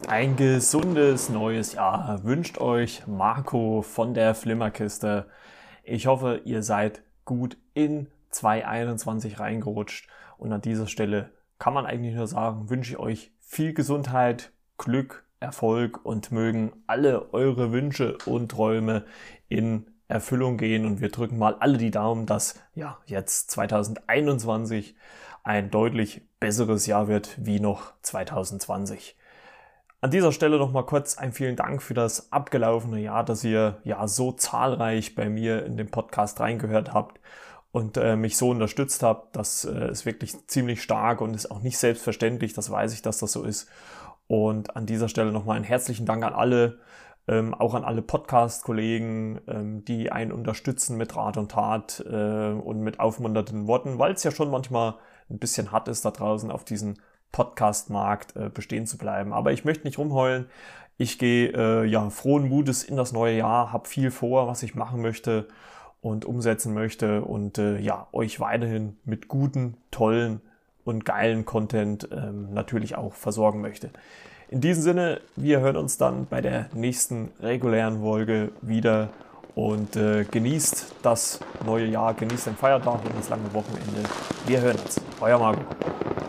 Ein gesundes neues Jahr wünscht euch Marco von der Flimmerkiste. Ich hoffe, ihr seid gut in 2021 reingerutscht und an dieser Stelle kann man eigentlich nur sagen, wünsche ich euch viel Gesundheit, Glück, Erfolg und mögen alle eure Wünsche und Träume in Erfüllung gehen und wir drücken mal alle die Daumen, dass jetzt 2021 ein deutlich besseres Jahr wird wie noch 2020. An dieser Stelle noch mal kurz ein vielen Dank für das abgelaufene Jahr, dass ihr so zahlreich bei mir in den Podcast reingehört habt und mich so unterstützt habt. Das ist wirklich ziemlich stark und ist auch nicht selbstverständlich. Das weiß ich, dass das so ist. Und an dieser Stelle nochmal einen herzlichen Dank an alle, auch an alle Podcast-Kollegen, die einen unterstützen mit Rat und Tat und mit aufmunternden Worten, weil es ja schon manchmal ein bisschen hart ist, da draußen auf diesen Podcast-Markt bestehen zu bleiben. Aber ich möchte nicht rumheulen. Ich gehe frohen Mutes in das neue Jahr, habe viel vor, was ich machen möchte und umsetzen möchte und euch weiterhin mit guten, tollen und geilen Content natürlich auch versorgen möchte. In diesem Sinne, wir hören uns dann bei der nächsten regulären Folge wieder und genießt das neue Jahr, genießt den Feiertag und das lange Wochenende. Wir hören uns. Euer Marco.